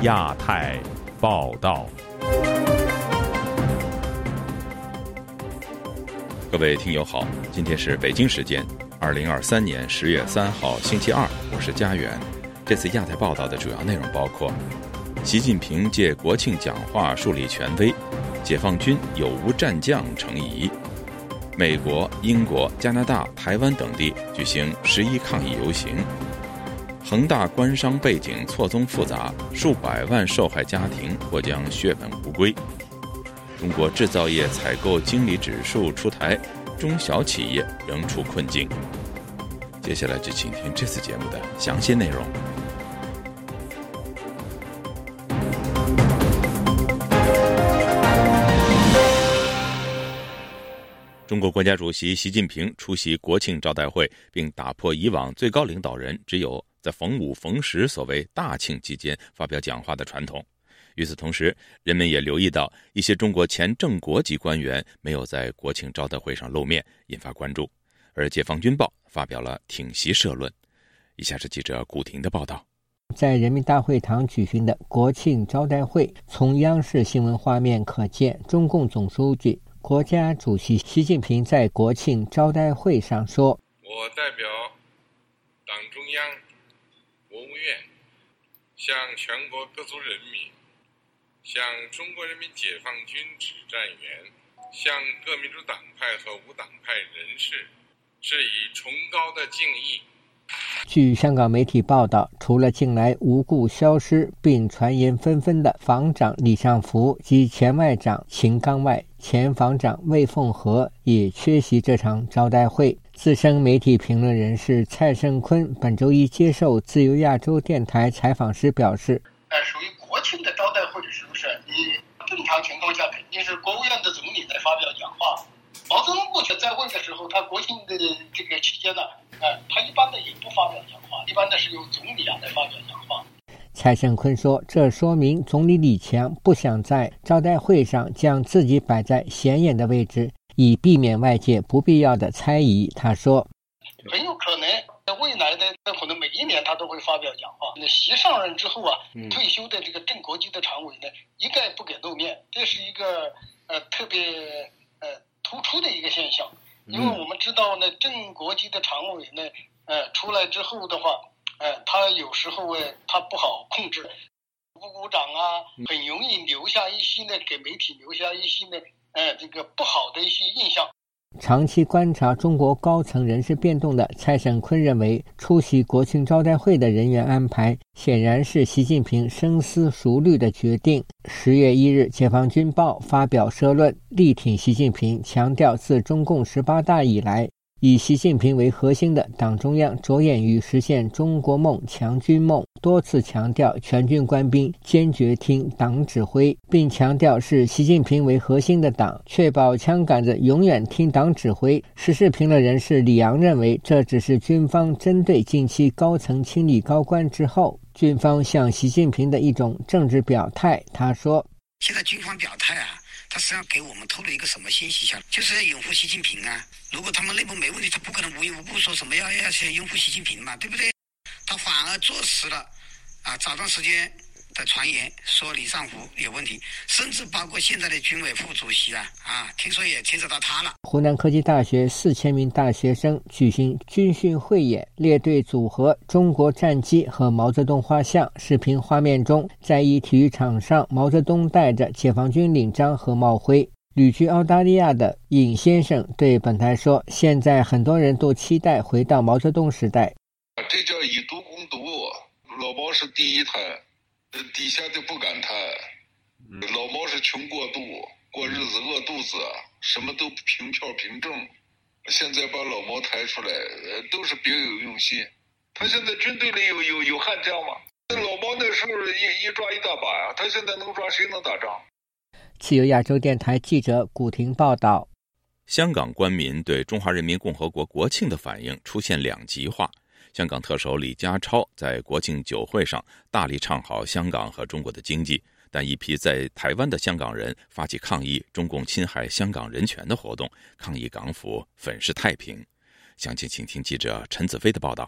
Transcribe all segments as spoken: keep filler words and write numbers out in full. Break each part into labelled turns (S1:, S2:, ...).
S1: 亚太报道。各位听友好，今天是北京时间二零二三年十月三号星期二，我是家园。这次亚太报道的主要内容包括：习近平借国庆讲话树立权威，解放军有无战将成疑；美国、英国、加拿大、台湾等地举行十一抗议游行；恒大官商背景错综复杂，数百万受害家庭或将血本无归；中国制造业采购经理指数出台，中小企业仍处困境。接下来就请听这次节目的详细内容。中国国家主席习近平出席国庆招待会，并打破以往最高领导人只有在逢五逢十所谓大庆期间发表讲话的传统。与此同时，人们也留意到一些中国前正国级官员没有在国庆招待会上露面，引发关注。而解放军报发表了挺习社论。以下是记者古婷的报道。
S2: 在人民大会堂举行的国庆招待会，从央视新闻画面可见，中共总书记、国家主席习近平在国庆招待会上说：
S3: 我代表党中央、国务院向全国各族人民，向中国人民解放军指战员，向各民主党派和无党派人士致以崇高的敬意。
S2: 据香港媒体报道，除了近来无故消失并传言纷纷的防长李尚福及前外长秦刚外，前防长魏凤和也缺席这场招待会。资深媒体评论人士蔡胜坤本周一接受自由亚洲电台采访时表示，
S4: 呃，属于国庆的招待会，是不是你正常情况下肯定是国务院的总理在发表讲话。毛泽东过去在位的时候，他国庆的这个期间呢，呃，他一般的也不发表讲话，一般的是由总理啊来发表讲话。
S2: 蔡胜坤说，这说明总理李强不想在招待会上将自己摆在显眼的位置，以避免外界不必要的猜疑。他说，
S4: 很有可能在未来的可能每一年他都会发表讲话。那习上任之后啊，嗯、退休的这个正国级的常委呢，一概不给露面，这是一个呃特别呃突出的一个现象。因为我们知道呢，正国级的常委呢，呃出来之后的话，呃他有时候呃他不好控制，鼓鼓掌啊，很容易留下一些呢给媒体留下一些呢呃这个不好的一些印象。
S2: 长期观察中国高层人事变动的蔡胜坤认为，出席国庆招待会的人员安排显然是习近平深思熟虑的决定。十月一日，解放军报发表社论，力挺习近平，强调自中共十八大以来，以习近平为核心的党中央着眼于实现中国梦、强军梦，多次强调全军官兵坚决听党指挥，并强调是习近平为核心的党，确保枪杆子永远听党指挥。时事评论人士李阳认为，这只是军方针对近期高层清理高官之后，军方向习近平的一种政治表态。他说，
S5: 现在军方表态啊，他实际上给我们透露一个什么信息？就是拥护习近平啊。如果他们内部没问题，他不可能无缘无故说什么要要去拥护习近平嘛，对不对？他反而坐实了啊，早段时间的传言说李尚福有问题，甚至包括现在的军委副主席啊啊，听说也牵扯到他了。
S2: 湖南科技大学四千名大学生举行军训汇演，列队组合中国战机和毛泽东画像。视频画面中，在一体育场上，毛泽东带着解放军领章和帽徽。旅居澳大利亚的尹先生对本台说，现在很多人都期待回到毛泽东时代。
S3: 这叫以毒攻毒，老毛是第一摊，底下的不敢摊。老毛是穷过度，过日子饿肚子，什么都凭票凭证。现在把老毛抬出来，都是别有用心。他现在军队里有有有悍将吗？老毛那时候一一抓一大把呀，他现在能抓谁能打仗？
S2: 自由亚洲电台记者古婷报道。
S1: 香港官民对中华人民共和国国庆的反应出现两极化。香港特首李家超在国庆酒会上大力唱好香港和中国的经济，但一批在台湾的香港人发起抗议中共侵害香港人权的活动，抗议港府粉饰太平。详情请听记者陈子飞的报道。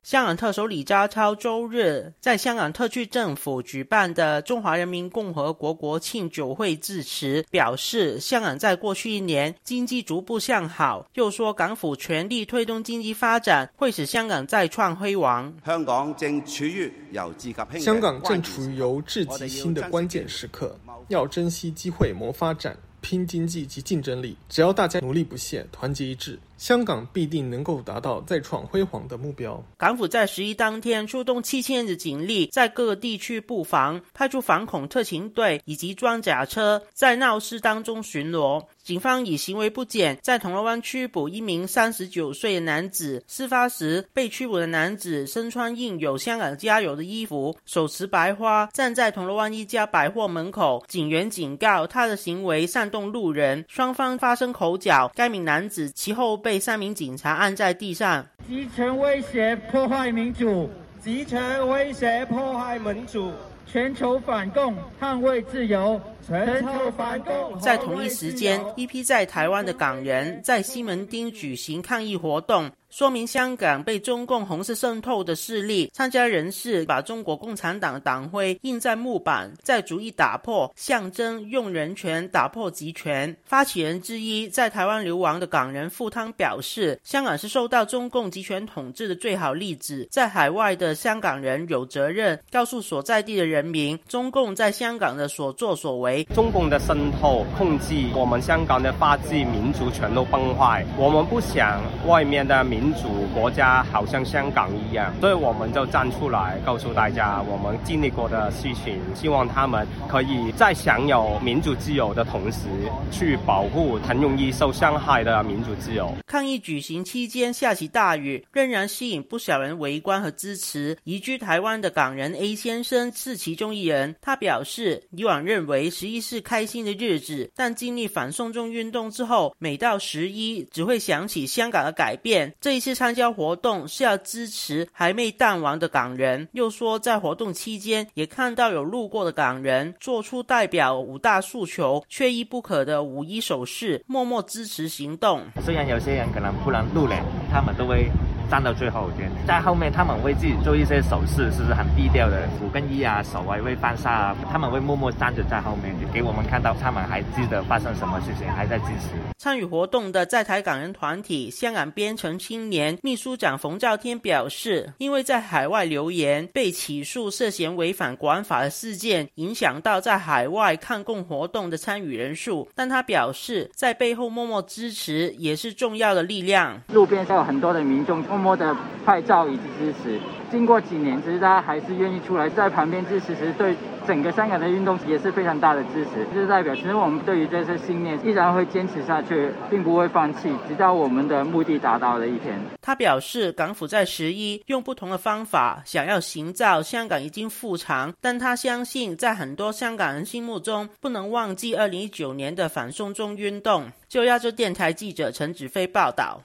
S6: 香港特首李家超周日在香港特区政府举办的中华人民共和国国庆酒会致辞，表示香港在过去一年经济逐步向好，又说港府全力推动经济发展，会使香港再创辉煌。
S7: 香港正处于由治及興，
S8: 香港正處於由治及興的關鍵時刻，要珍惜機會謀發展，拼經濟及競爭力。只要大家努力不懈，團結一致，香港必定能夠達到再創輝煌的目標。
S6: 港府在十一當天出動七千的警力，在各個地區布防，派出反恐特勤隊以及裝甲車在鬧市當中巡邏。警方以行為不檢，在銅鑼灣拘捕一名三十九歲的男子。事發時，被拘捕的男子身穿印有香港加油的衣服，手持白花，站在銅鑼灣一家百貨門口。警員警告他的行為煽動路人，雙方發生口角。該名男子其後被三名警察按在地上，
S9: 集權威脅破壞民主，集權威脅破壞民主。全球反共，捍衛自由。全球反共。
S6: 在同一時間，一批在台灣的港人在西門町舉行抗議活動，說明香港被中共紅色滲透的勢力。參加人士把中國共產黨黨徽印在木板，再逐一打破，象徵用人權打破集權。發起人之一在台灣流亡的港人傅湯表示，香港是受到中共集權統治的最好例子，在海外的香港人有責任告訴所在地的人民，中共在香港的所作所為。
S10: 中共的滲透控制我們香港的法治民主全都崩壞，我們不想外面的民主國家好像香港一樣，所以我們就站出來告訴大家我們經歷過的事情，希望他們可以在享有民主自由的同時去保護很容易受傷害的民主自由。
S6: 抗議舉行期間下起大雨，仍然吸引不少人圍觀和支持。移居台灣的港人 A 先生是其中一人，他表示以往認為十一是開心的日子，但經歷反送中運動之後，每到十一只會想起香港的改變。這一次參加活動是要支持還沒淡忘的港人。又說在活動期間也看到有路過的港人做出代表五大訴求缺一不可的五一手勢，默默支持行動。
S11: 雖然有些人可能不能入嚟，他們都會站到最後邊，在後面他們會自己做一些手勢，是不是很低調的五跟一啊，手還會翻沙啊，他們會默默站着在後面，給我們看到他們還記得發生什麼事情，還在支持。
S6: 參與活動的在台港人團體香港邊城青年秘書長馮兆天表示，因為在海外留言被起訴涉嫌違反國安法的事件，影響到在海外抗共活動的參與人數，但他表示在背後默默支持也是重要的力量。
S9: 路邊有很多的民眾默默的拍照以及支持，經過幾年，其實大家還是願意出來在旁邊支持，其實對整個香港的運動也是非常大的支持。就是代表其實我們對於這些信念依然會堅持下去，並不會放棄，直到我們的目的達到的一天。
S6: 他表示港府在十一用不同的方法想要營造香港已經復常，但他相信在很多香港人心目中不能忘記二零一九年的反送中運動。就亞洲電台記者陳子飛報道。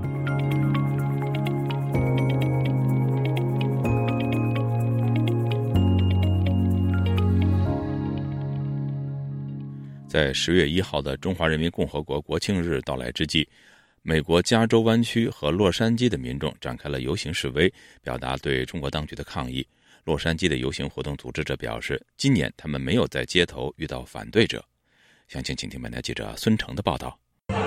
S1: 在十月一號的中華人民共和國國慶日到來之際，美國加州灣區和洛杉磯的民眾展開了遊行示威，表達對中國當局的抗議。洛杉磯的遊行活動組織者表示，今年他們沒有在街頭遇到反對者。詳情請聽本台記者孫成的報道。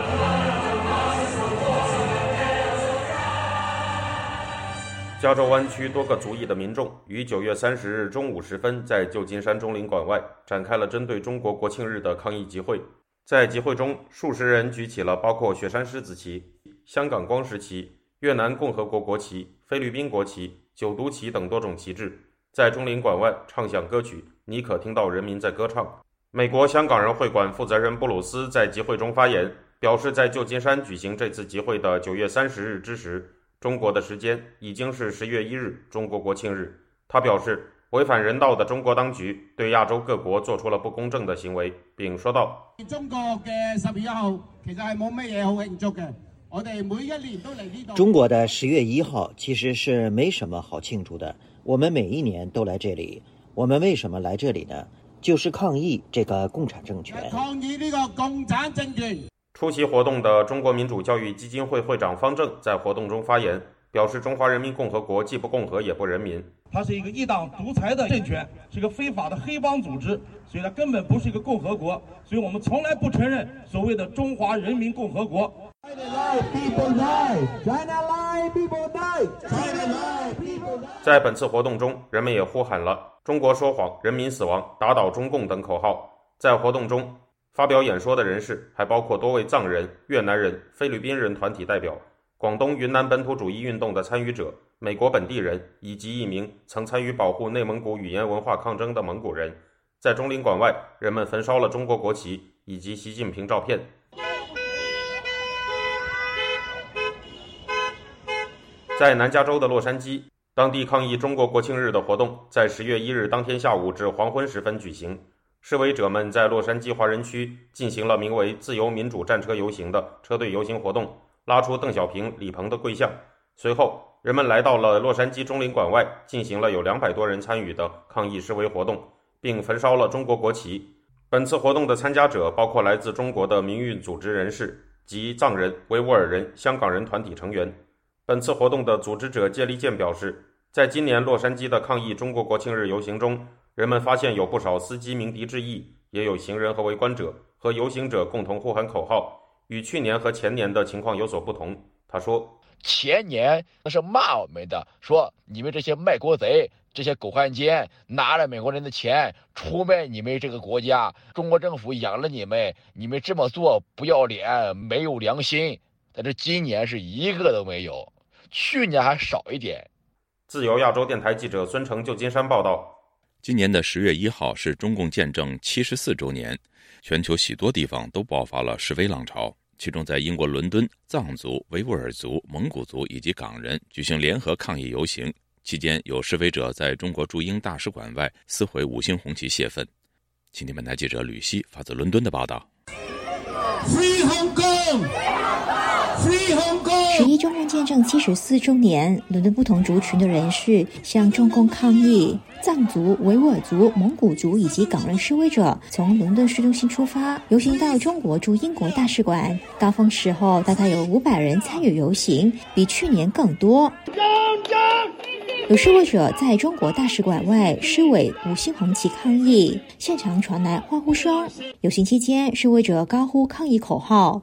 S12: 加州灣區多個族裔的民眾於九月三十日中午時分在舊金山中領館外展開了針對中國國慶日的抗議集會。在集會中，數十人舉起了包括雪山獅子旗、香港光時旗、越南共和國國旗、菲律賓國旗、九獨旗等多種旗幟，在中領館外唱響歌曲，你可聽到人民在歌唱。美國香港人會館負責人布魯斯在集會中發言，表示在舊金山舉行這次集會的九月三十日之時，中國的時間已經是十月一日，中國國慶日。他表示，違反人道的中國當局對亞洲各國做出了不公正的行為，並說道：
S13: 中國嘅十月一號其實係冇乜嘢好慶祝嘅，我哋每一年都嚟呢度。
S14: 中國的十月一號其實是沒什麼好慶祝的，我們每一年都來這裡。我們為什麼來這裡呢？就是抗議這個共產政權。
S13: 抗議呢個共產政權。
S12: 出席活動的中國民主教育基金會會長方正在活動中發言， 表示中华人民共和国既不共和也不人民。
S13: 它是一个一党独裁的政权，是一个非法的黑帮组织，所以它根本不是一个共和国，所以我们从来不承认所谓的中华人民共和国。
S12: 在本次活动中，人们也呼喊了中国说谎，人民死亡，打倒中共等口号。在活动中发表演说的人士还包括多位藏人、越南人、菲律宾人团体代表，广东云南本土主义运动的参与者，美国本地人，以及一名曾参与保护内蒙古语言文化抗争的蒙古人。在中领馆外，人们焚烧了中国国旗以及习近平照片。在南加州的洛杉矶，当地抗议中国国庆日的活动在十月一日当天下午至黄昏时分举行。示威者们在洛杉矶华人区进行了名为自由民主战车游行的车队游行活动，拉出邓小平、李鹏的跪像。随后人们来到了洛杉矶中领馆外，进行了有两百多人参与的抗议示威活动，并焚烧了中国国旗。本次活动的参加者包括来自中国的民运组织人士及藏人、维吾尔人、香港人团体成员。本次活动的组织者谢立健表示，在今年洛杉矶的抗议中国国庆日游行中，人们发现有不少司机鸣笛致意，也有行人和围观者和游行者共同呼喊口号，与去年和前年的情况有所不同。他说，
S15: 前年那是骂我们的，说你们这些卖国贼，这些狗汉奸，拿了美国人的钱出卖你们这个国家，中国政府养了你们，你们这么做不要脸，没有良心。但是今年是一个都没有，去年还少一点。
S12: 自由亚洲电台记者孙成旧金山报道。
S1: 今年的十月一号是中共建政七十四周年，全球许多地方都爆发了示威浪潮。其中在英国伦敦，藏族、维吾尔族、蒙古族以及港人举行联合抗议游行，期间有示威者在中国驻英大使馆外撕毁五星红旗泄愤。请听本台记者吕希发自伦敦的报道。
S16: Free Hong Kong! Free Hong Kong!
S17: 十一中共建政七十四周年，伦敦不同族群的人士向中共抗议。藏族、维吾尔族、蒙古族以及港人示威者从伦敦市中心出发，游行到中国驻英国大使馆。高峰时候大概有五百人参与游行，比去年更多。有示威者在中国大使馆外施为五星红旗抗议，现场传来欢呼声。游行期间，示威者高呼抗议口号，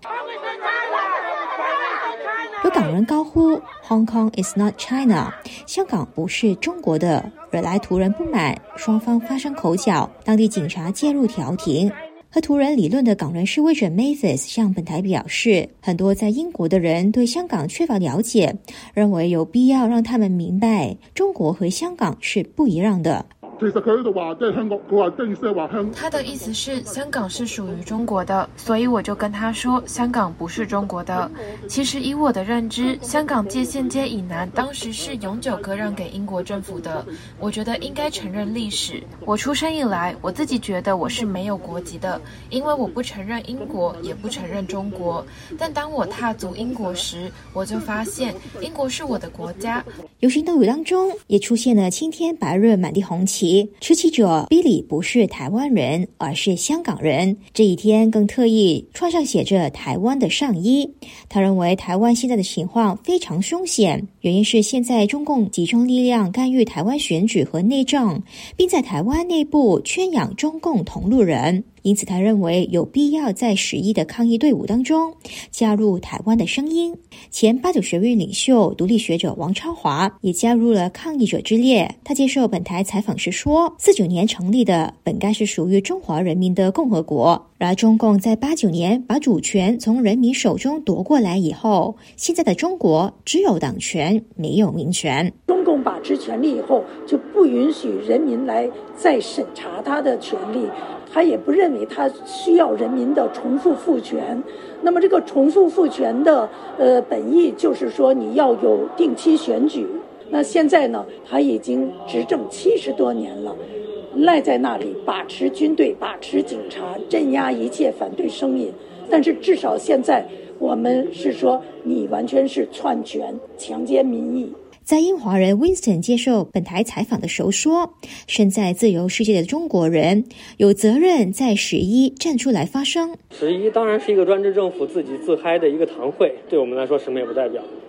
S17: 有港人高呼 Hong Kong is not China， 香港不是中国的，惹来途人不满，双方发生口角，当地警察介入调停。和途人理论的港人示威者 Mathis 向本台表示，很多在英国的人对香港缺乏了解，认为有必要让他们明白中国和香港是不一样的。
S18: 其實佢喺度話，即係香港，佢話正式話香。
S19: 他的意思是香港是屬於中國的，所以我就跟他說香港不是中國的。其實以我的認知，香港界限街以南當時是永久割讓給英國政府的。我覺得應該承認歷史。我出生以來，我自己覺得我是沒有國籍的，因為我不承認英國，也不承認中國。但當我踏足英國時，我就發現英國是我的國家。
S17: 遊行隊伍當中也出現了青天白日滿地紅旗。持旗者 Billy 不是台灣人，而是香港人。這一天更特意穿上寫着台灣的上衣。他認為台灣現在的情況非常兇險，原因是現在中共集中力量干預台灣選舉和內政，並在台灣內部圈養中共同路人。因此他認為有必要在十一的抗議隊伍當中加入台灣的聲音。前八九學運領袖獨立學者王超華也加入了抗議者之列。他接受本台採訪時說，四九年成立的本該是屬於中華人民的共和國，然而中共在八九年把主權從人民手中奪過來以後，現在的中國只有黨權，沒有民權。
S20: 中共把持權力以後，就不允許人民來再審查他的權利，他也不認為他需要人民的重複賦權。那麼這個重複賦權的呃本意就是說你要有定期選舉。那現在呢，他已經執政七十多年了，賴在那裡把持軍隊，把持警察，鎮壓一切反對聲音。但是至少現在我們是說你完全是篡權，強姦民意。
S17: 在英華人 Winston 接受本台採訪的時候說，身在自由世界的中國人有責任在十一站出來發聲。
S21: 十一當然是一個專制政府自己自嗨的一個堂會，對我們來說什麼也不代表。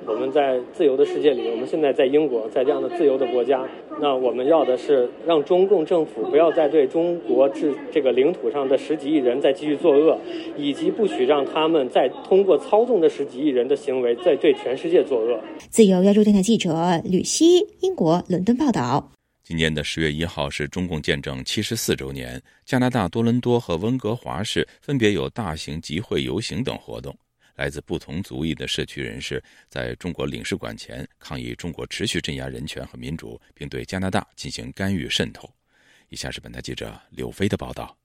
S21: 我们在自由的世界里，我们现在在英国，在这样的自由的国家，那我们要的是让中共政府不要再对中国这这个领土上的十几亿人再继续作恶，以及不许让他们再通过操纵这十几亿人的行为再对全世界作恶。
S17: 自由亚洲电台记者吕希，英国伦敦报道。
S1: 今年的十月一号是中共建政七十四周年，加拿大多伦多和温哥华市分别有大型集会、游行等活动。来自不同族裔的社区人士在中国领事馆前抗议中国持续镇压人权和民主，并对加拿大进行干预渗透。以下是本台记者柳飞的报道。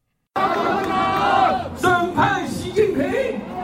S16: 审判习近平！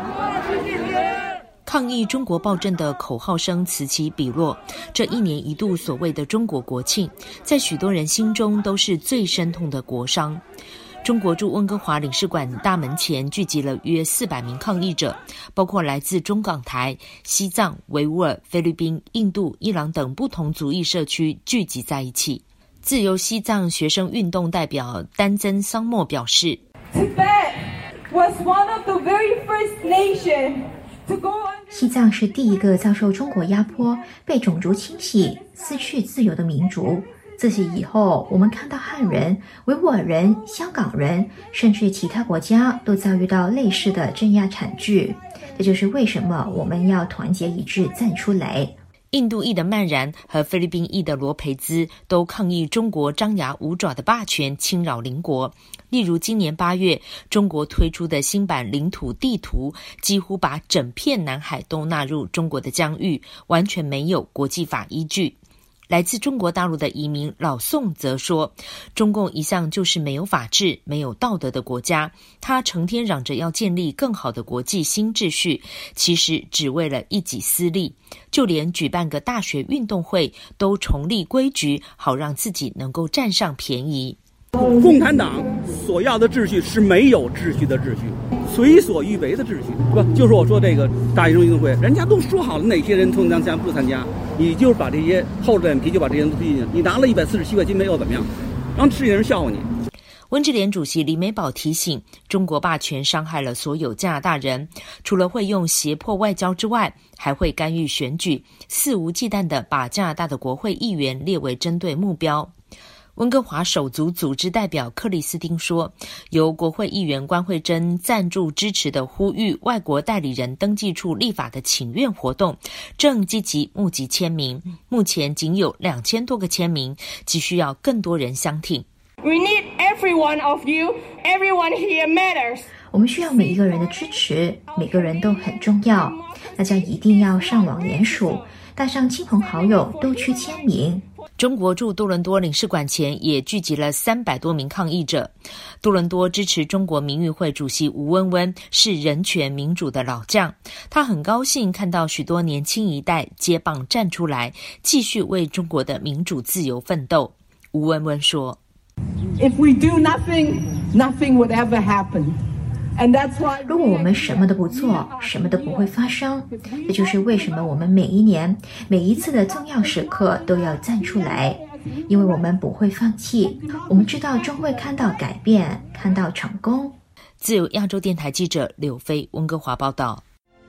S22: 抗议中国暴政的口号声此起彼落，这一年一度所谓的中国国庆，在许多人心中都是最深痛的国殇。中国驻温哥华领事馆大门前聚集了约四百名抗议者，包括来自中港台、西藏、维吾尔、菲律宾、印度、伊朗等不同族裔社区聚集在一起。自由西藏学生运动代表丹增桑莫表示
S23: Tibet was one of the very first nation to go on。
S17: 西藏是第一个遭受中国压迫、被种族清洗、失去自由的民族。自此以后，我们看到汉人、维吾尔人、香港人，甚至其他国家都遭遇到类似的镇压惨剧。这就是为什么我们要团结一致站出来。
S22: 印度裔的曼然和菲律宾裔的罗培兹都抗议中国张牙舞爪的霸权侵扰邻国。例如今年八月，中国推出的新版领土地图几乎把整片南海都纳入中国的疆域，完全没有国际法依据。来自中国大陆的移民老宋则说，中共一向就是没有法治、没有道德的国家，他成天嚷着要建立更好的国际新秩序，其实只为了一己私利，就连举办个大学运动会都重立规矩，好让自己能够占上便宜。
S24: 共产党所要的秩序是没有秩序的秩序，随所欲为的秩序，是吧？就是我说这个大学生运动会，人家都说好了哪些人参加不参加，你就是把这些厚着脸皮就把这些人都推进去，你拿了一百四十七块金没有怎么样，让世界人笑话你。
S22: 温志联主席李美宝提醒，中国霸权伤害了所有加拿大人，除了会用胁迫外交之外，还会干预选举，肆无忌惮地把加拿大的国会议员列为针对目标。温哥华手足组织代表克里斯汀说，由国会议员关慧珍赞助支持的呼吁外国代理人登记处立法的请愿活动正积极募集签名，目前仅有两千多个签名，急需要更多人相挺。
S23: We need every one of you. Everyone here matters.
S17: 我们需要每一个人的支持，每个人都很重要，大家一定要上网联署，带上亲朋好友都去签名。
S22: 中国驻多伦多领事馆前也聚集了三百多名抗议者。多伦多支持中国民运会主席吴温温是人权民主的老将，他很高兴看到许多年轻一代接棒站出来，继续为中国的民主自由奋斗。吴温温说
S23: If we do nothing, nothing would ever happen. And that's why
S17: 如果我们什么都不做，什么都不会发生。这就是为什么我们每一年每一次的重要时刻都要站出来，因为我们不会放弃，我们知道终会看到改变，看到成功。
S22: 自由亚洲电台记者柳飞温哥华报道。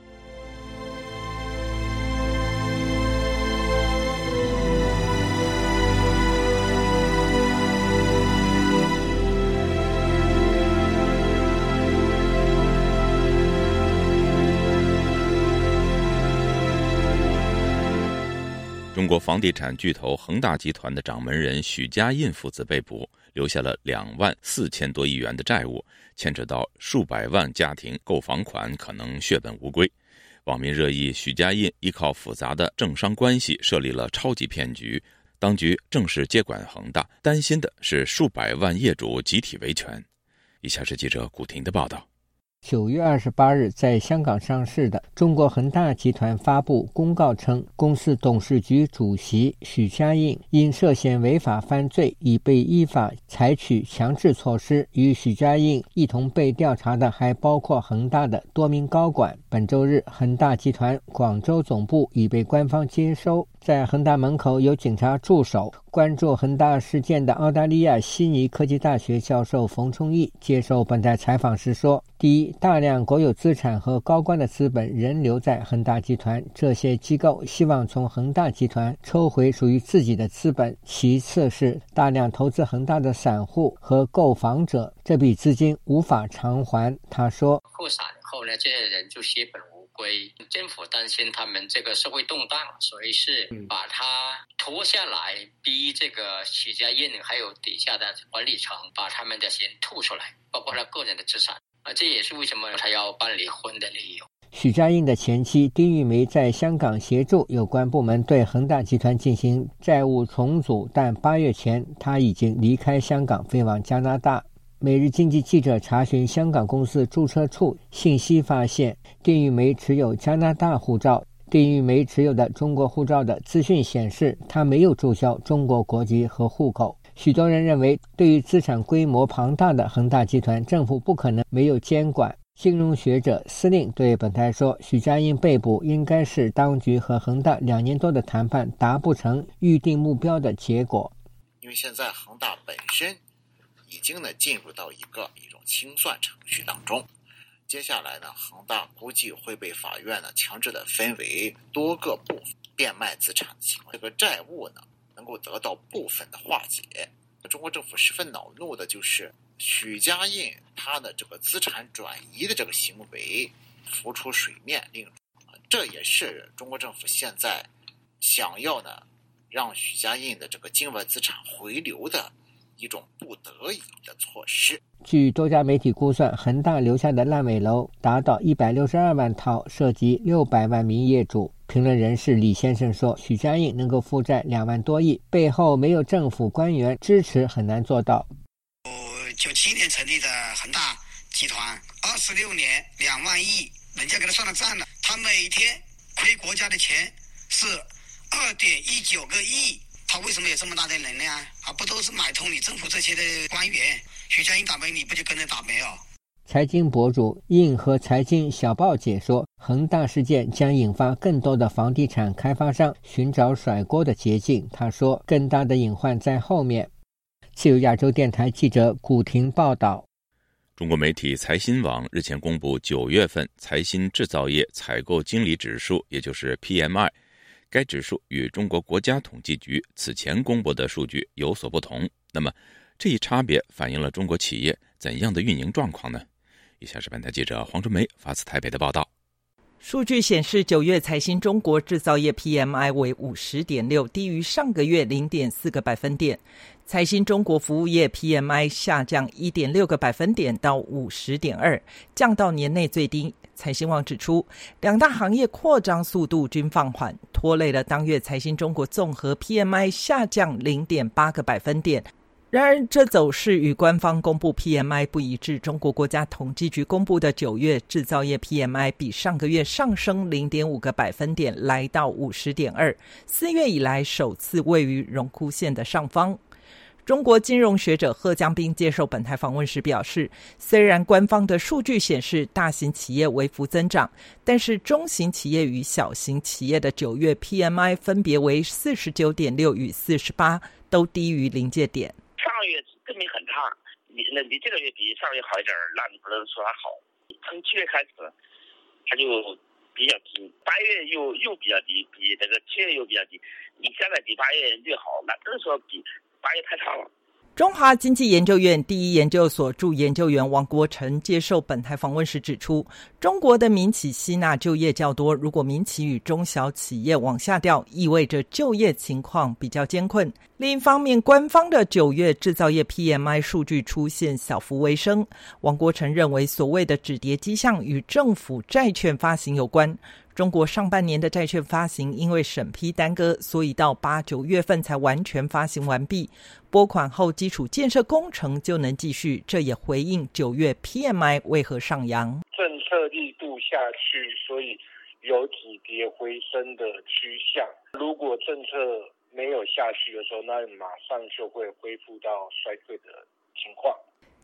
S1: 中国房地产巨头恒大集团的掌门人许家印父子被捕，留下了两万四千多亿元的债务，牵扯到数百万家庭购房款可能血本无归。网民热议许家印依靠复杂的政商关系设立了超级骗局，当局正式接管恒大，担心的是数百万业主集体维权。以下是记者古婷的报道。
S2: 九月二十八日，在香港上市的中国恒大集团发布公告称，公司董事局主席许家印因涉嫌违法犯罪，已被依法采取强制措施。与许家印一同被调查的还包括恒大的多名高管。本周日，恒大集团广州总部已被官方接收。 在恒大门口有警察驻守。关注恒大事件的澳大利亚悉尼科技大学教授冯崇义接受本台采访时说，第一，大量国有资产和高官的资本仍留在恒大集团，这些机构希望从恒大集团抽回属于自己的资本。其次是大量投资恒大的散户和购房者，这笔资金无法偿还。他说，
S3: 破产后呢，这些人就血本无归，政府担心他们这个社会动荡，所以是把他拖下来，逼这个许家印还有底下的管理层把他们的钱吐出来，包括他个人的资产啊，这也是为什么他要办离婚的理由。
S2: 许家印的前妻丁玉梅在香港协助有关部门对恒大集团进行债务重组，但八月前他已经离开香港飞往加拿大。每日经济记者查询香港公司注册处信息发现，丁玉梅持有加拿大护照。丁玉梅持有的中国护照的资讯显示，她没有注销中国国籍和户口。许多人认为，对于资产规模庞大的恒大集团，政府不可能没有监管。金融学者司令对本台说，许家印被捕应该是当局和恒大两年多的谈判达不成预定目标的结果。
S4: 因为现在恒大本身已经呢进入到一个一种清算程序当中，接下来呢，恒大估计会被法院呢强制的分为多个部分变卖资产的情况，这个债务呢能够得到部分的化解。中国政府十分恼怒的就是许家印他的这个资产转移的这个行为浮出水面，令这也是中国政府现在想要呢让许家印的这个境外资产回流的一种不得已的措施。
S2: 据多家媒体估算，恒大留下的烂尾楼达到一百六十二万套，涉及六百万名业主。评论人士李先生说，许家印能够负债两万多亿，背后没有政府官员支持很难做到。
S5: 九七年成立的恒大集团，二十六年两万亿，人家给他算了账了，他每天亏国家的钱是二点一九个亿。他为什么有这么大的能量啊？不都是买通你政府这些的官员？许家印倒霉，你不就跟着倒霉哦？
S2: 财经博主印和财经小报解说，恒大事件将引发更多的房地产开发商寻找甩锅的捷径。他说，更大的隐患在后面。自由亚洲电台记者古婷报道。
S1: 中国媒体财新网日前公布九月份财新制造业采购经理指数，也就是 P M I。该指数与中国国家统计局此前公布的数据有所不同。那么，这一差别反映了中国企业怎样的运营状况呢？以下是本台记者黄春梅发自台北的报道。
S7: 数据显示，九月财新中国制造业 P M I 为 五十点六， 低于上个月 零点四个百分点。财新中国服务业 P M I 下降 一点六个百分点到 五十点二， 降到年内最低。财新网指出，两大行业扩张速度均放缓，拖累了当月财新中国综合 P M I 下降 零点八个百分点。然而，这走势与官方公布 P M I 不一致。中国国家统计局公布的九月制造业 P M I 比上个月上升 零点五个百分点，来到 五十点二， 四月以来首次位于荣枯线的上方。中国金融学者贺江斌接受本台访问时表示，虽然官方的数据显示大型企业微幅增长，但是中型企业与小型企业的九月 P M I 分别为 四十九点六 与四十八，都低于临界点。
S25: 上个月根本很差，你那你这个月比上个月好一点，那你不能说它好。从七月开始，它就比较低，八月又又比较低，比这个七月又比较低。你现在比八月略好，那不是说比八月太差了。
S7: 中华经济研究院第一研究所助研究员王国成接受本台访问时指出，中国的民企吸纳就业较多，如果民企与中小企业往下掉，意味着就业情况比较艰困。另一方面，官方的九月制造业 P M I 数据出现小幅微升。王国成认为，所谓的止跌迹象与政府债券发行有关。中国上半年的债券发行因为审批耽搁，所以到八九月份才完全发行完毕。拨款后基础建设工程就能继续，这也回应九月 P M I 为何上扬。
S26: 政策力度下去，所以有止跌回升的趋向。如果政策没有下去的时候，那马上就会恢复到衰退的情况。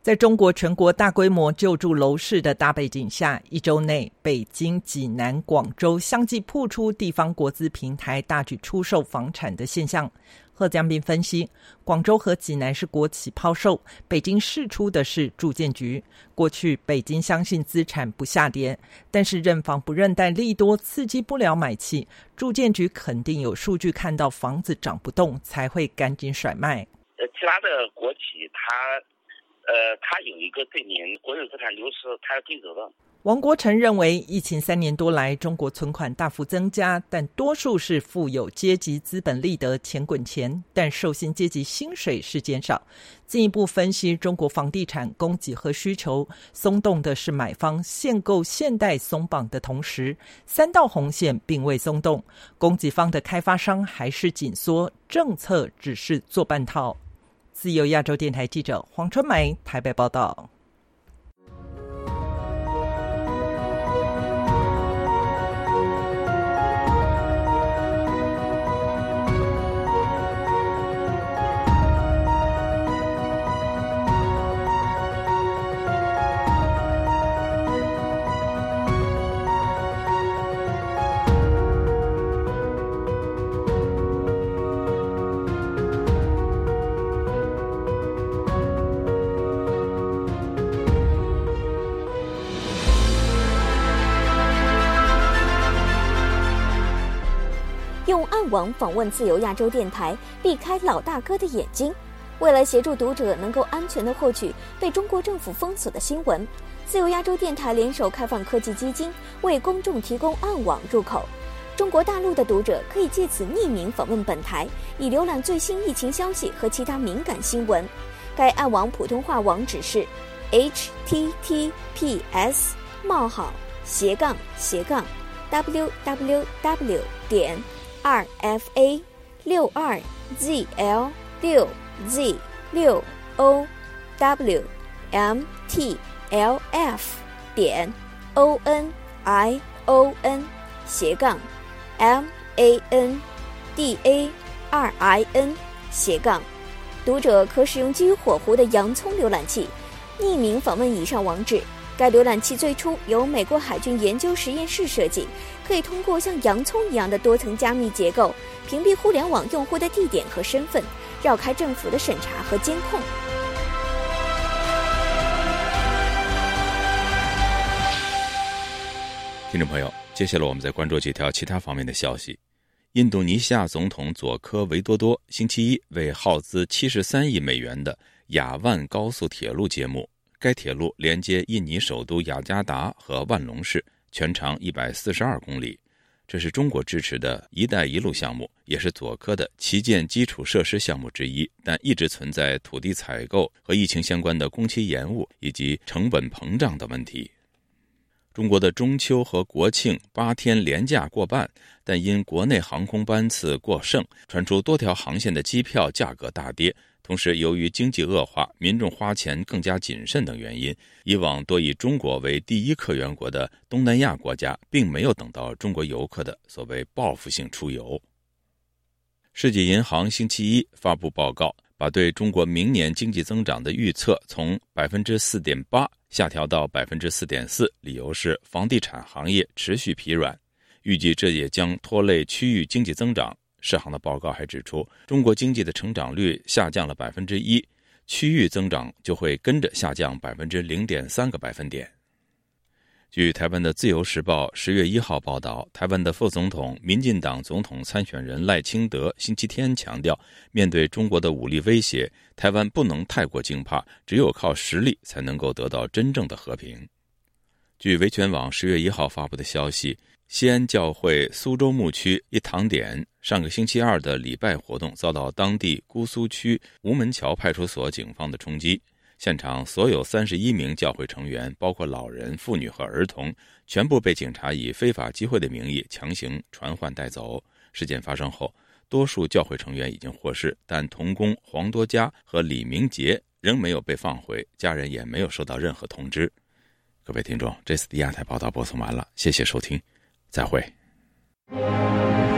S7: 在中国全国大规模救助楼市的大背景下，一周内北京、济南、广州相继曝出地方国资平台大举出售房产的现象。贺江斌分析，广州和济南是国企抛售，北京释出的是住建局。过去北京相信资产不下跌，但是认房不认贷利多刺激不了买气，住建局肯定有数据看到房子涨不动才会赶紧甩卖。
S25: 呃，其他的国企它呃，它有一个对您国有资产流失它要追责的。
S7: 王国成认为，疫情三年多来，中国存款大幅增加，但多数是富有阶级资本利得钱滚钱，但受薪阶级薪水是减少。进一步分析中国房地产供给和需求，松动的是买方限购限贷松绑的同时，三道红线并未松动，供给方的开发商还是紧缩，政策只是做半套。自由亚洲电台记者黄春梅台北报道。
S6: 用暗网访问自由亚洲电台，避开老大哥的眼睛。为了协助读者能够安全地获取被中国政府封锁的新闻，自由亚洲电台联手开放科技基金，为公众提供暗网入口。中国大陆的读者可以借此匿名访问本台，以浏览最新疫情消息和其他敏感新闻。该暗网普通话网址是 h t t p s 冒号斜杠斜杠 w w w 点 r f a 六二 z l 六 z 六 o w m t l f 点 o n i o n 斜杠 m a n d a r i n 斜杠。读者可使用基于火狐的洋葱浏览器，匿名访问以上网址。该浏览器最初由美国海军研究实验室设计，可以通过像洋葱一样的多层加密结构，屏蔽互联网用户的地点和身份，绕开政府的审查和监控。
S1: 听众朋友，接下来我们再关注几条其他方面的消息。印度尼西亚总统佐科维多多星期一为耗资七十三亿美元的雅万高速铁路揭幕。该铁路连接印尼首都雅加达和万隆市，全长一百四十二公里。这是中国支持的一带一路项目，也是佐科的旗舰基础设施项目之一，但一直存在土地采购和疫情相关的工期延误以及成本膨胀的问题。中国的中秋和国庆八天连假过半，但因国内航空班次过剩，传出多条航线的机票价格大跌。同时，由于经济恶化，民众花钱更加谨慎等原因，以往多以中国为第一客源国的东南亚国家，并没有等到中国游客的所谓报复性出游。世界银行星期一发布报告，把对中国明年经济增长的预测从 百分之四点八 下调到 百分之四点四， 理由是房地产行业持续疲软，预计这也将拖累区域经济增长。世行的报告还指出，中国经济的成长率下降了 百分之一， 区域增长就会跟着下降 百分之零点三 个百分点。据台湾的自由时报十月一号报道，台湾的副总统民进党总统参选人赖清德星期天强调，面对中国的武力威胁，台湾不能太过惊怕，只有靠实力才能够得到真正的和平。据维权网十月一号发布的消息，西安教会苏州牧区一堂点上个星期二的礼拜活动遭到当地姑苏区吴门桥派出所警方的冲击，现场所有三十一名教会成员，包括老人、妇女和儿童，全部被警察以非法集会的名义强行传唤带走。事件发生后，多数教会成员已经获释，但童工黄多佳和李明杰仍没有被放回，家人也没有收到任何通知。各位听众，这次的亚太报道播送完了，谢谢收听，再会。